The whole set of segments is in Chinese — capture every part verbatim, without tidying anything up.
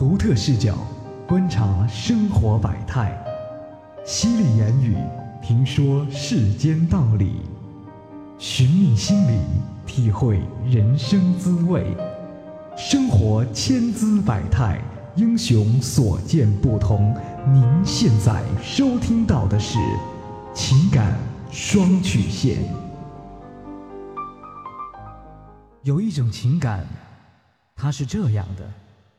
独特视角观察生活百态，犀利言语评说世间道理，寻觅心理，体会人生滋味。生活千姿百态，英雄所见不同。您现在收听到的是情感双曲线。有一种情感，它是这样的。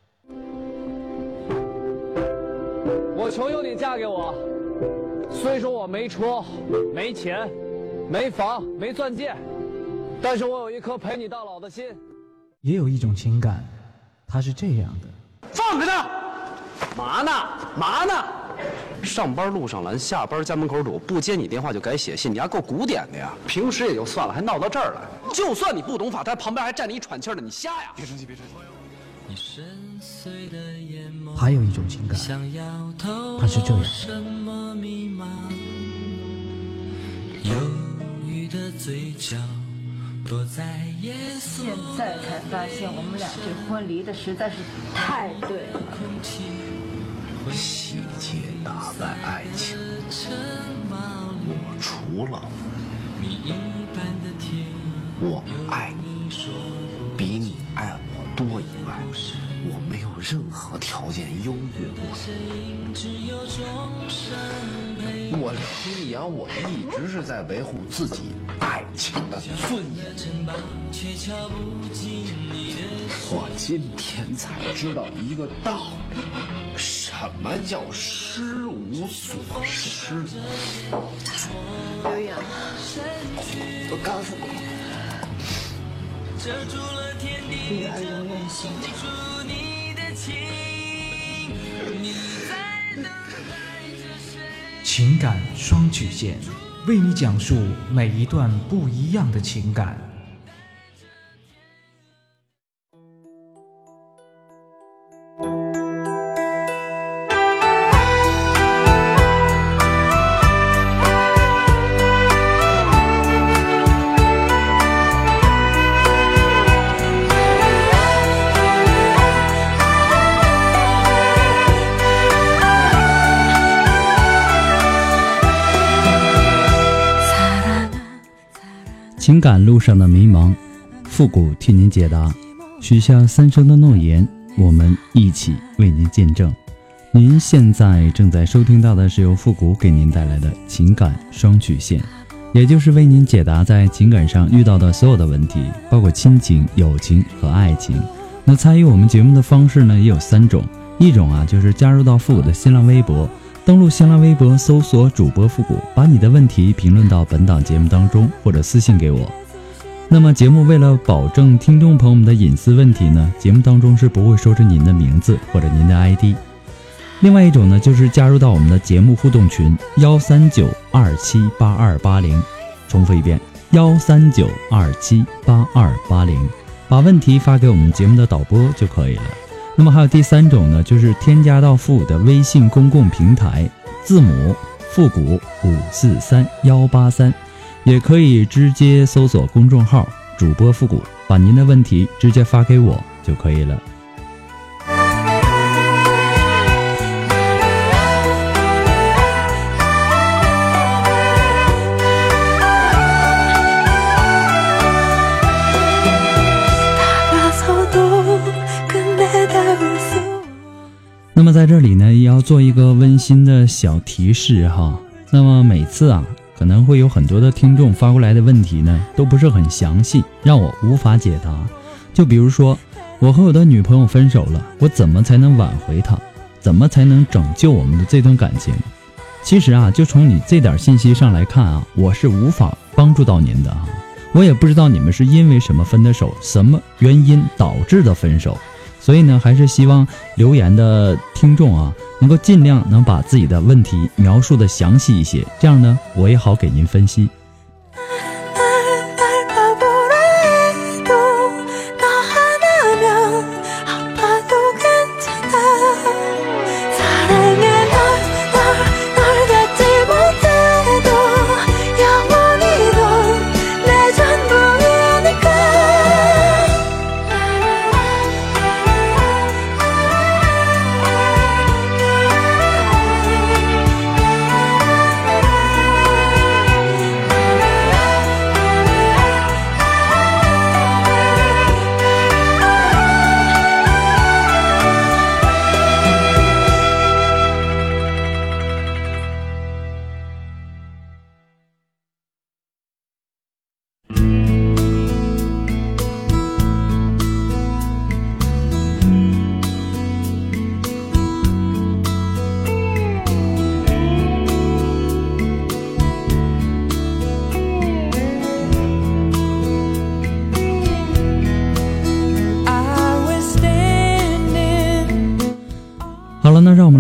我求求你嫁给我，虽说我没车没钱没房没钻戒，但是我有一颗陪你到老的心。 也有一种情感，它是这样的。 放开他！嘛呢嘛呢？上班路上拦，下班家门口堵，不接你电话就改写信，你还够古典的呀！平时也就算了，还闹到这儿来。就算你不懂法，他旁边还站着一喘气的，你瞎呀！别生气，别生气。 还有一种情感，它是这样。 现在才发现我们俩这婚离的实在是太对了。 细节打败爱情，我除了我爱你比你爱我多以外，我没有任何条件优越过你。我刘洋，我一直是在维护自己爱情的尊严。我今天才知道一个道理，什么叫失无所失。 刘洋， 我告诉你， 女儿永远幸福。 情感双曲线，为你讲述每一段不一样的情感。 情感路上的迷茫，复古替您解答。许下三生的诺言，我们一起为您见证。您现在正在收听到的是由复古给您带来的情感双曲线，也就是为您解答在情感上遇到的所有的问题，包括亲情、友情和爱情。那参与我们节目的方式呢，也有三种。一种啊，就是加入到复古的新浪微博，登录新浪微博搜索主播复古，把你的问题评论到本档节目当中，或者私信给我。那么节目为了保证听众朋友们的隐私问题呢，节目当中是不会说出您的名字或者您的 I D。 另外一种呢，就是加入到我们的节目互动群幺三九二七八二八零，重复一遍幺三九二七八二八零，把问题发给我们节目的导播就可以了。那么还有第三种呢，就是添加到复古的微信公共平台，字母复古五四三幺八三，也可以直接搜索公众号主播复古，把您的问题直接发给我就可以了。那么在这里呢，也要做一个温馨的小提示哈。那么每次啊，可能会有很多的听众发过来的问题呢，都不是很详细，让我无法解答。就比如说，我和我的女朋友分手了，我怎么才能挽回她？怎么才能拯救我们的这段感情？其实啊，就从你这点信息上来看啊，我是无法帮助到您的啊。我也不知道你们是因为什么分的手，什么原因导致的分手。所以呢，还是希望留言的听众啊，能够尽量能把自己的问题描述的详细一些，这样呢，我也好给您分析。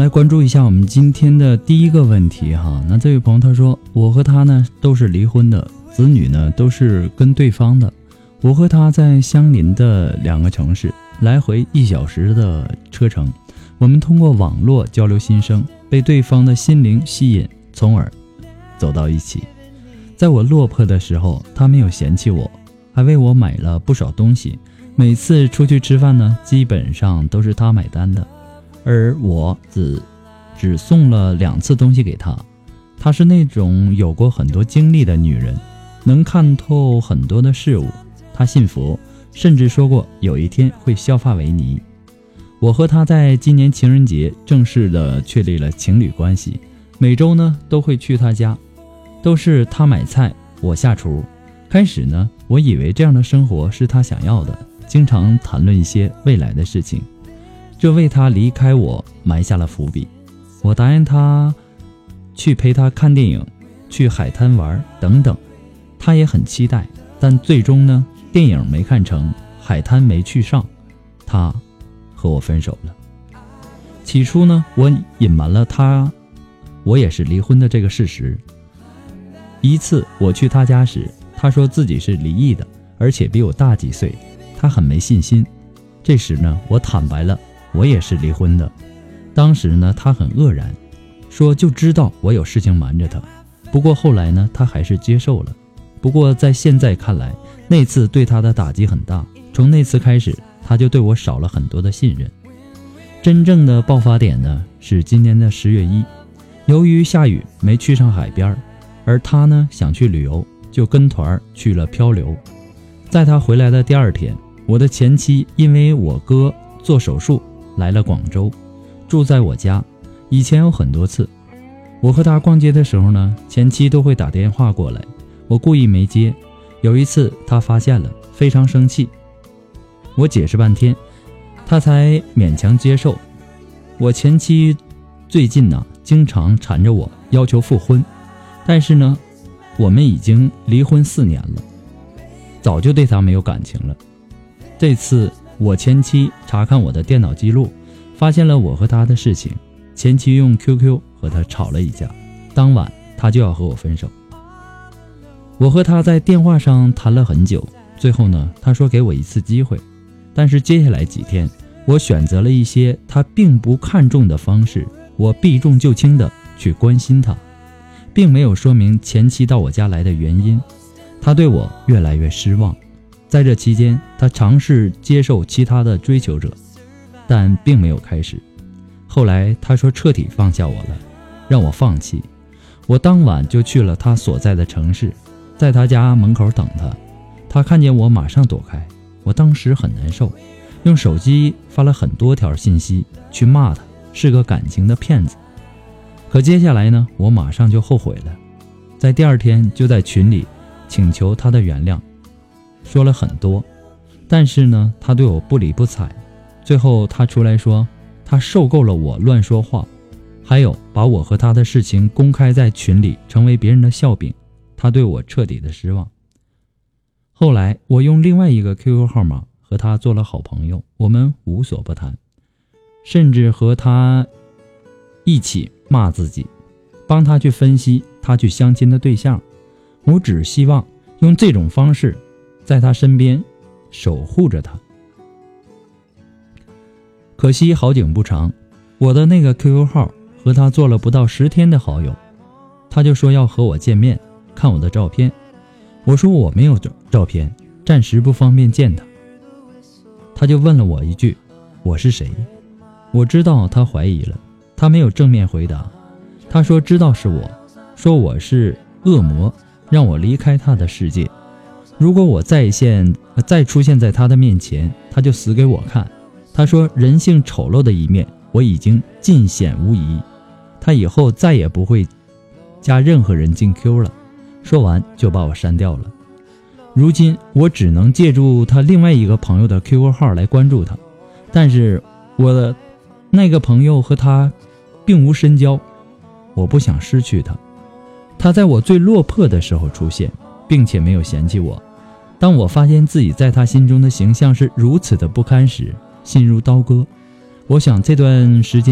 来关注一下我们今天的第一个问题哈。那这位朋友他说，我和他呢都是离婚的，子女呢都是跟对方的。我和他在相邻的两个城市，来回一小时的车程。我们通过网络交流心声，被对方的心灵吸引，从而走到一起。在我落魄的时候，他没有嫌弃我，还为我买了不少东西。每次出去吃饭呢，基本上都是他买单的，而我只只送了两次东西给他。她是那种有过很多经历的女人，能看透很多的事物。她信佛，甚至说过有一天会削发为尼。我和她在今年情人节正式的确立了情侣关系，每周呢都会去她家，都是她买菜，我下厨。开始呢，我以为这样的生活是她想要的，经常谈论一些未来的事情，这为她离开我埋下了伏笔。我答应她去陪她看电影，去海滩玩等等，她也很期待，但最终呢，电影没看成，海滩没去上，她和我分手了。起初呢，我隐瞒了她我也是离婚的这个事实。一次我去她家时，她说自己是离异的，而且比我大几岁，她很没信心。这时呢，我坦白了我也是离婚的。当时呢，她很愕然，说就知道我有事情瞒着她。不过后来呢，她还是接受了。不过在现在看来，那次对她的打击很大，从那次开始，她就对我少了很多的信任。真正的爆发点呢，是今年的十月一，由于下雨没去上海边，而她呢想去旅游，就跟团去了漂流。在她回来的第二天，我的前妻因为我哥做手术来了广州，住在我家。以前有很多次，我和她逛街的时候呢，前妻都会打电话过来，我故意没接。有一次她发现了，非常生气，我解释半天，她才勉强接受。我前妻最近呢，经常缠着我要求复婚，但是呢，我们已经离婚四年了，早就对她没有感情了。这次我前妻查看我的电脑记录，发现了我和她的事情，前妻用 Q Q 和她吵了一架，当晚她就要和我分手。我和她在电话上谈了很久，最后呢，她说给我一次机会，但是接下来几天，我选择了一些她并不看重的方式，我避重就轻的去关心她，并没有说明前妻到我家来的原因。她对我越来越失望，在这期间，她尝试接受其他的追求者，但并没有开始。后来她说彻底放下我了，让我放弃。我当晚就去了她所在的城市，在她家门口等她。她看见我马上躲开，我当时很难受，用手机发了很多条信息去骂她是个感情的骗子。可接下来呢，我马上就后悔了，在第二天就在群里请求她的原谅，说了很多，但是呢，她对我不理不睬。最后她出来说，她受够了我乱说话，还有把我和她的事情公开在群里，成为别人的笑柄。她对我彻底的失望。后来我用另外一个 Q Q 号码和她做了好朋友，我们无所不谈，甚至和她一起骂自己，帮她去分析她去相亲的对象。我只希望用这种方式在她身边守护着她。可惜好景不长，我的那个 Q Q 号和她做了不到十天的好友，她就说要和我见面，看我的照片。我说我没有照片，暂时不方便见她。她就问了我一句，我是谁？我知道她怀疑了，她没有正面回答。她说知道是我，说我是恶魔，让我离开她的世界。如果我再现再出现在她的面前，她就死给我看。她说人性丑陋的一面我已经尽显无疑，她以后再也不会加任何人进 Q 了。说完就把我删掉了。如今我只能借助他另外一个朋友的 Q Q 号来关注他，但是我的那个朋友和他并无深交，我不想失去他。他在我最落魄的时候出现，并且没有嫌弃我。当我发现自己在他心中的形象是如此的不堪时，心如刀割。我想这段时间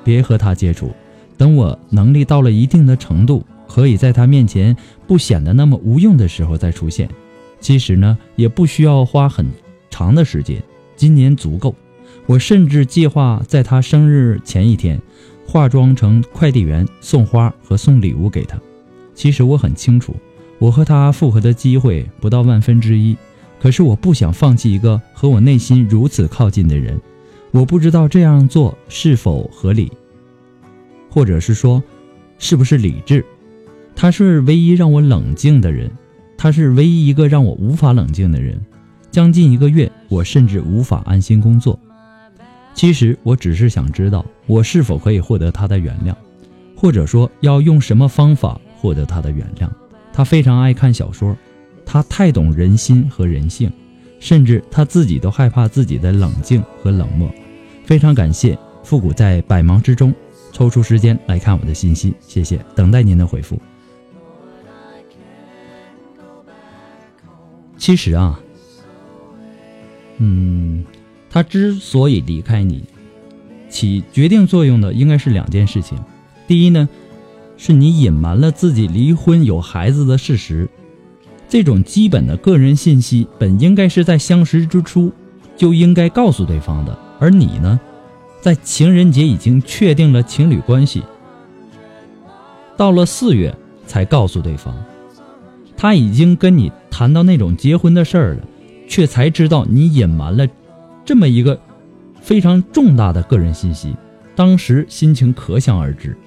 别和他接触，等我能力到了一定的程度，可以在他面前不显得那么无用的时候再出现。其实呢，也不需要花很长的时间，今年足够。我甚至计划在他生日前一天化妆成快递员，送花和送礼物给他。其实我很清楚，我和他复合的机会不到万分之一，可是我不想放弃一个和我内心如此靠近的人。我不知道这样做是否合理，或者是说是不是理智。他是唯一让我冷静的人，他是唯一一个让我无法冷静的人。将近一个月，我甚至无法安心工作。其实我只是想知道，我是否可以获得他的原谅，或者说要用什么方法获得他的原谅。他非常爱看小说，他太懂人心和人性，甚至他自己都害怕自己的冷静和冷漠。非常感谢复古在百忙之中抽出时间来看我的信息，谢谢，等待您的回复。其实啊，嗯，他之所以离开你，起决定作用的应该是两件事情。第一呢，是你隐瞒了自己离婚有孩子的事实。这种基本的个人信息本应该是在相识之初就应该告诉对方的，而你呢，在情人节已经确定了情侣关系，到了四月才告诉对方。他已经跟你谈到那种结婚的事儿了，却才知道你隐瞒了这么一个非常重大的个人信息，当时心情可想而知。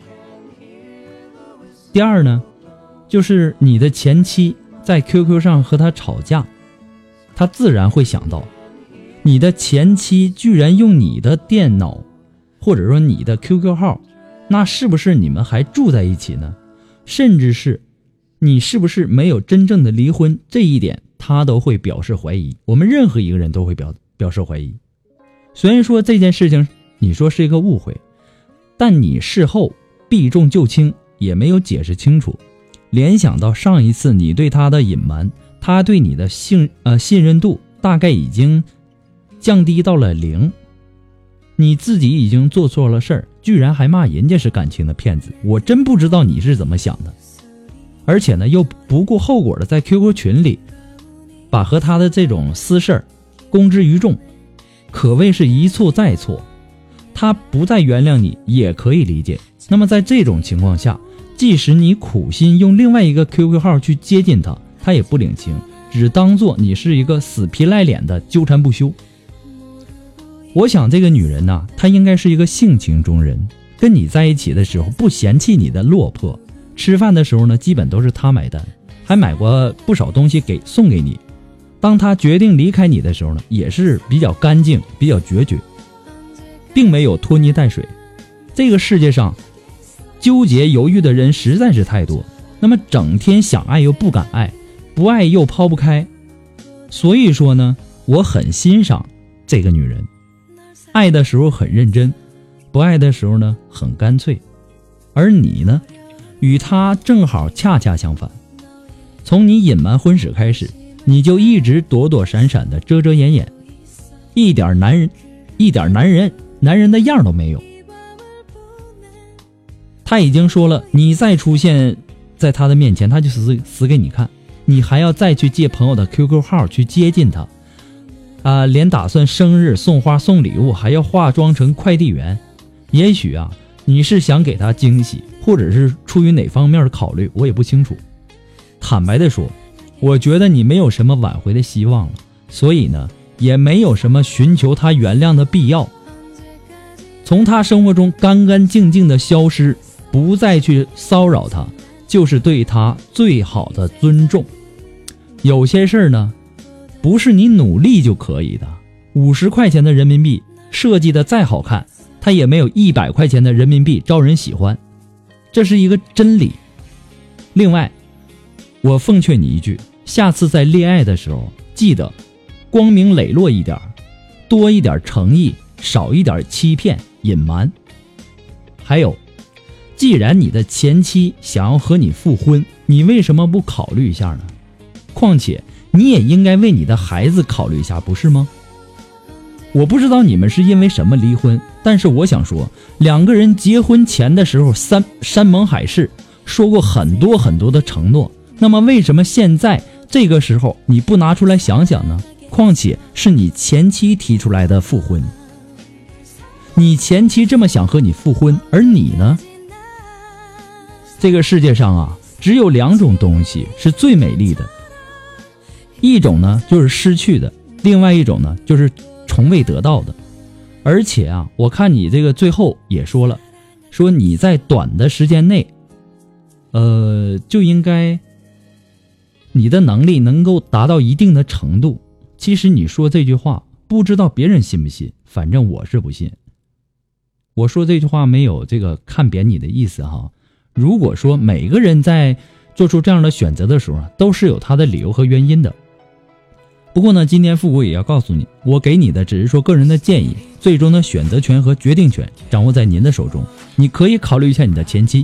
第二呢，就是你的前妻在 Q Q 上和他吵架，他自然会想到，你的前妻居然用你的电脑或者说你的 Q Q 号，那是不是你们还住在一起呢？甚至是你是不是没有真正的离婚，这一点他都会表示怀疑。我们任何一个人都会表表示怀疑。虽然说这件事情你说是一个误会，但你事后避重就轻，也没有解释清楚。联想到上一次你对他的隐瞒，他对你的信呃信任度大概已经降低到了零。你自己已经做错了事儿，居然还骂人家是感情的骗子，我真不知道你是怎么想的。而且呢，又不顾后果的在 Q Q 群里把和他的这种私事儿公之于众，可谓是一错再错。他不再原谅你也可以理解。那么在这种情况下，即使你苦心用另外一个 Q Q 号去接近他，他也不领情，只当作你是一个死皮赖脸的纠缠不休。我想这个女人呢，她应该是一个性情中人，跟你在一起的时候不嫌弃你的落魄，吃饭的时候呢基本都是她买单，还买过不少东西给送给你。当她决定离开你的时候呢，也是比较干净比较决绝，并没有拖泥带水。这个世界上纠结犹豫的人实在是太多，那么整天想爱又不敢爱，不爱又抛不开。所以说呢，我很欣赏这个女人，爱的时候很认真，不爱的时候呢很干脆。而你呢，与她正好恰恰相反。从你隐瞒婚史开始，你就一直躲躲闪闪的遮遮掩掩，一点男人一点男人男人的样都没有。他已经说了，你再出现在他的面前，他就死死给你看。你还要再去借朋友的 Q Q 号去接近他，啊、呃，连打算生日送花送礼物，还要化妆成快递员。也许啊，你是想给他惊喜，或者是出于哪方面的考虑，我也不清楚。坦白的说，我觉得你没有什么挽回的希望了，所以呢，也没有什么寻求他原谅的必要。从他生活中干干净净的消失，不再去骚扰他，就是对他最好的尊重。有些事儿呢，不是你努力就可以的。五十块钱的人民币设计的再好看，它也没有一百块钱的人民币招人喜欢，这是一个真理。另外，我奉劝你一句，下次在恋爱的时候，记得光明磊落一点，多一点诚意，少一点欺骗隐瞒。还有，既然你的前妻想要和你复婚，你为什么不考虑一下呢？况且你也应该为你的孩子考虑一下，不是吗？ 我不知道你们是因为什么离婚，但是我想说，两个人结婚前的时候山山盟海誓，说过很多很多的承诺，那么为什么现在这个时候你不拿出来想想呢？况且是你前妻提出来的复婚，你前妻这么想和你复婚，而你呢？这个世界上啊，只有两种东西是最美丽的，一种呢就是失去的，另外一种呢就是从未得到的。而且啊，我看你这个最后也说了，说你在短的时间内呃，就应该你的能力能够达到一定的程度。其实你说这句话不知道别人信不信，反正我是不信。我说这句话没有这个看扁你的意思哈。如果说每个人在做出这样的选择的时候都是有他的理由和原因的。不过呢，今天复古也要告诉你，我给你的只是说个人的建议，最终的选择权和决定权掌握在您的手中，你可以考虑一下你的前妻。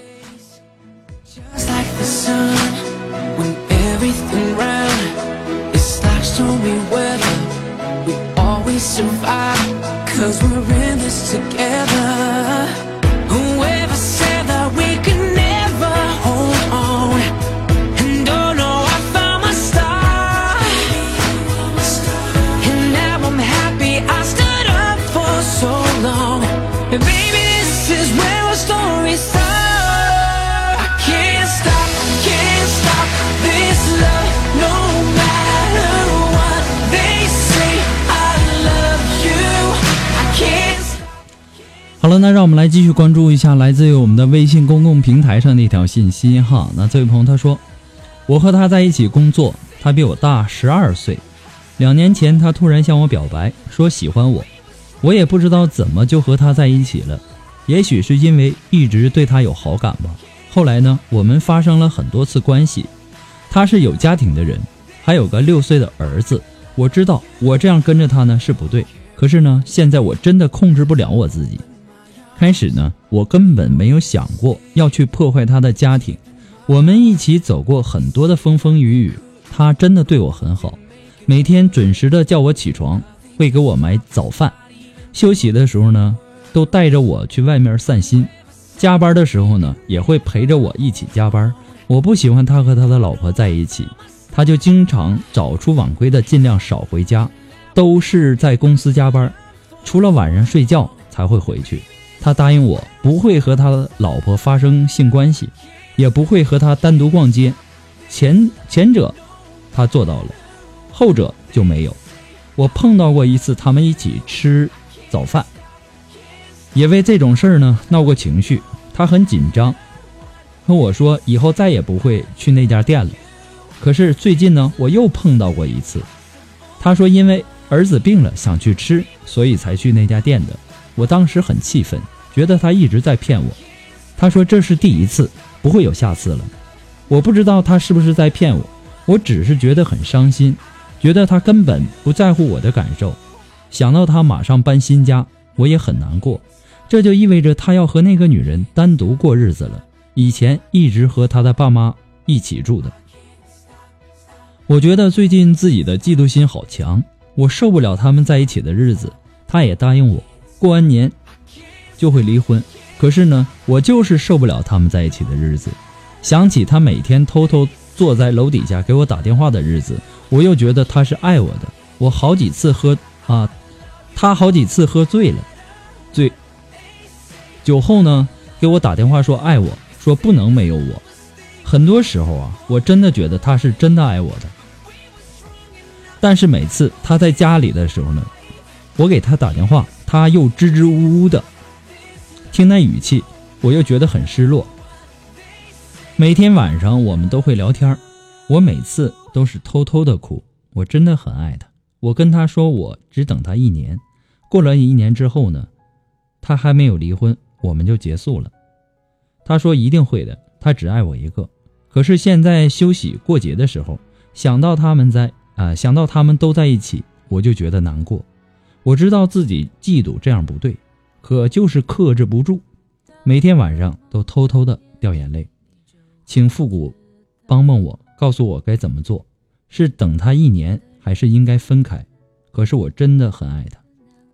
好了，那让我们来继续关注一下来自于我们的微信公共平台上的一条信息哈。那这位朋友他说，我和他在一起工作，他比我大十二岁，两年前他突然向我表白，说喜欢我，我也不知道怎么就和他在一起了，也许是因为一直对他有好感吧。后来呢，我们发生了很多次关系，他是有家庭的人，还有个六岁的儿子。我知道我这样跟着他呢是不对，可是呢，现在我真的控制不了我自己。开始呢，我根本没有想过要去破坏他的家庭，我们一起走过很多的风风雨雨，他真的对我很好，每天准时的叫我起床，会给我买早饭，休息的时候呢都带着我去外面散心，加班的时候呢也会陪着我一起加班。我不喜欢他和他的老婆在一起，他就经常早出晚归的尽量少回家，都是在公司加班，除了晚上睡觉才会回去。他答应我不会和他老婆发生性关系，也不会和他单独逛街，前前者他做到了，后者就没有。我碰到过一次他们一起吃早饭，也为这种事儿呢闹过情绪，他很紧张，和我说以后再也不会去那家店了。可是最近呢我又碰到过一次，他说因为儿子病了想去吃，所以才去那家店的。我当时很气愤，觉得他一直在骗我。他说这是第一次，不会有下次了。我不知道他是不是在骗我，我只是觉得很伤心，觉得他根本不在乎我的感受。想到他马上搬新家，我也很难过，这就意味着他要和那个女人单独过日子了，以前一直和他的爸妈一起住的。我觉得最近自己的嫉妒心好强，我受不了他们在一起的日子。他也答应我过完年就会离婚，可是呢，我就是受不了他们在一起的日子。想起他每天偷偷坐在楼底下给我打电话的日子，我又觉得他是爱我的。我好几次喝啊，他好几次喝醉了，醉酒后呢给我打电话说爱我，说不能没有我。很多时候啊，我真的觉得他是真的爱我的。但是每次他在家里的时候呢，我给他打电话，他又支支吾吾的，听那语气我又觉得很失落。每天晚上我们都会聊天，我每次都是偷偷的哭，我真的很爱他。我跟他说我只等他一年，过了一年之后呢，他还没有离婚，我们就结束了。他说一定会的，他只爱我一个。可是现在休息过节的时候，想到他们在啊、呃，想到他们都在一起，我就觉得难过。我知道自己嫉妒这样不对，可就是克制不住，每天晚上都偷偷的掉眼泪。请复古帮帮我，告诉我该怎么做，是等他一年还是应该分开？可是我真的很爱他，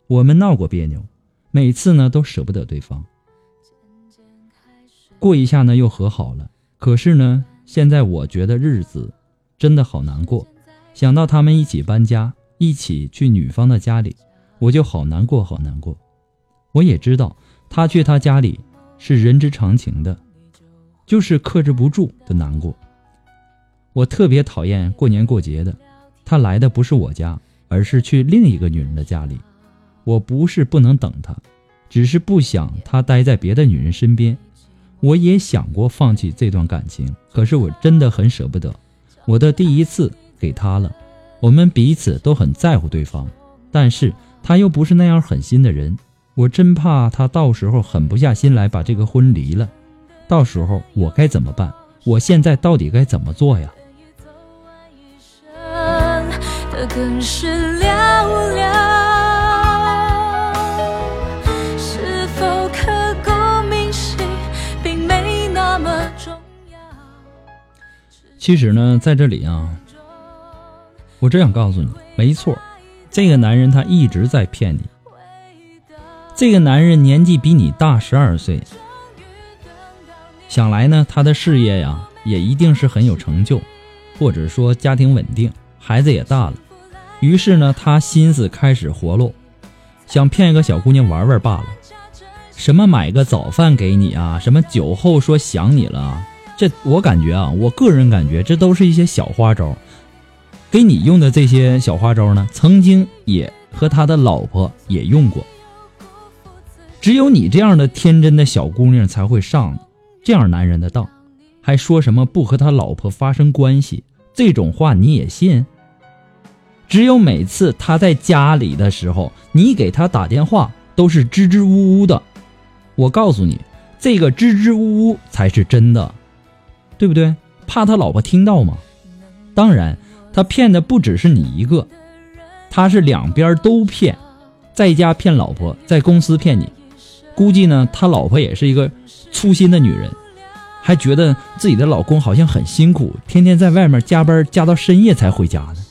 我们闹过别扭，每次呢都舍不得对方，过一下呢又和好了。可是呢现在我觉得日子真的好难过，想到他们一起搬家，一起去女方的家里，我就好难过好难过。我也知道他去他家里是人之常情的，就是克制不住的难过。我特别讨厌过年过节的，他来的不是我家，而是去另一个女人的家里。我不是不能等他，只是不想他待在别的女人身边。我也想过放弃这段感情，可是我真的很舍不得。我的第一次给他了，我们彼此都很在乎对方，但是他又不是那样狠心的人，我真怕他到时候狠不下心来把这个婚离了，到时候我该怎么办？我现在到底该怎么做呀？ 更是寥寥，是否刻骨铭心并没那么重要。 其实呢在这里啊，我只想告诉你，没错，这个男人他一直在骗你。这个男人年纪比你大十二岁，想来呢他的事业呀也一定是很有成就，或者说家庭稳定，孩子也大了。于是呢他心思开始活络，想骗一个小姑娘玩玩罢了。什么买个早饭给你啊，什么酒后说想你了啊，这我感觉啊，我个人感觉这都是一些小花招。给你用的这些小花招呢，曾经也和他的老婆也用过。只有你这样的天真的小姑娘才会上这样男人的当，还说什么不和他老婆发生关系，这种话你也信？只有每次他在家里的时候，你给他打电话都是支支吾吾的。我告诉你，这个支支吾吾才是真的，对不对？怕他老婆听到吗？当然他骗的不只是你一个，他是两边都骗，在家骗老婆，在公司骗你。估计呢他老婆也是一个粗心的女人，还觉得自己的老公好像很辛苦，天天在外面加班加到深夜才回家呢。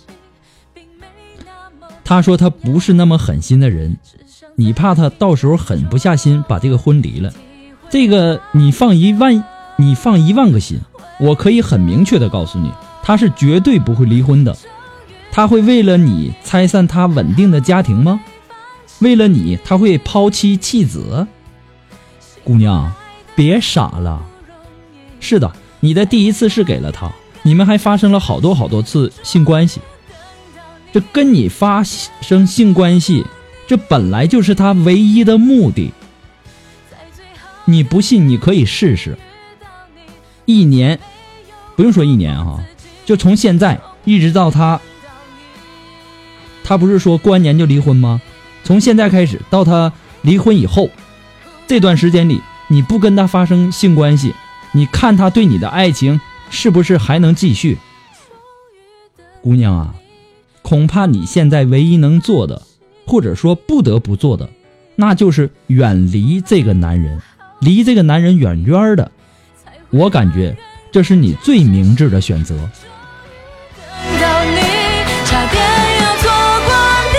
他说他不是那么狠心的人，你怕他到时候狠不下心把这个婚离了。这个你放一万你放一万个心，我可以很明确的告诉你，他是绝对不会离婚的。他会为了你拆散他稳定的家庭吗？为了你他会抛妻弃子？姑娘别傻了。是的，你的第一次是给了他，你们还发生了好多好多次性关系，这跟你发生性关系，这本来就是他唯一的目的。你不信你可以试试，一年不用说一年啊，就从现在一直到他他不是说过完年就离婚吗？从现在开始到他离婚以后，这段时间里你不跟他发生性关系，你看他对你的爱情是不是还能继续？姑娘啊，恐怕你现在唯一能做的，或者说不得不做的，那就是远离这个男人，离这个男人远远的。我感觉这是你最明智的选择。 等到你差点又错过你，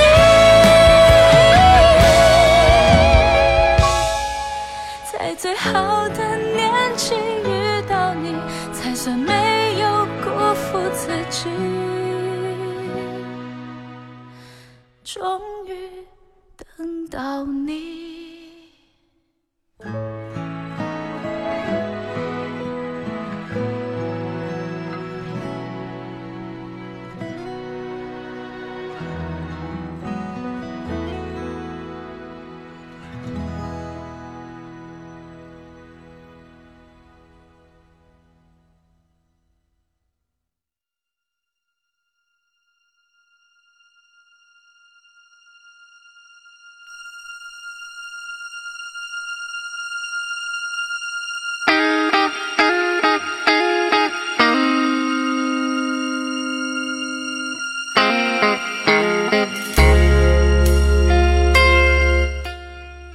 在最好的年纪遇到你，才算没有辜负自己。终于等到你。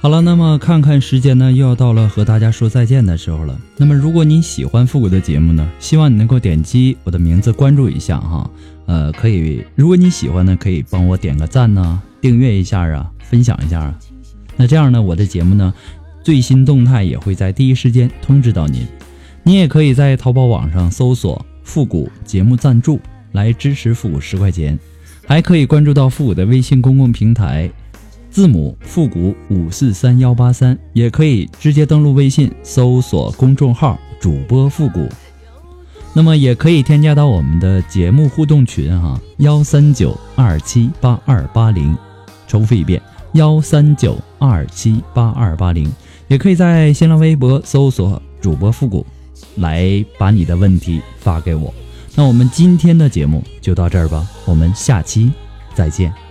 好了，那么看看时间呢，又要到了和大家说再见的时候了。那么如果你喜欢复古的节目呢，希望你能够点击我的名字关注一下哈，呃，可以，如果你喜欢呢，可以帮我点个赞呢，订阅一下啊，分享一下啊。那这样呢，我的节目呢，最新动态也会在第一时间通知到您。你也可以在淘宝网上搜索复古节目赞助来支持复古十块钱，还可以关注到复古的微信公共平台。字母复古五四三一八三，也可以直接登录微信搜索公众号主播复古。那么也可以添加到我们的节目互动群哈，幺三九二七八二八零，重复一遍幺三九二七八二八零，也可以在新浪微博搜索主播复古，来把你的问题发给我。那我们今天的节目就到这儿吧，我们下期再见。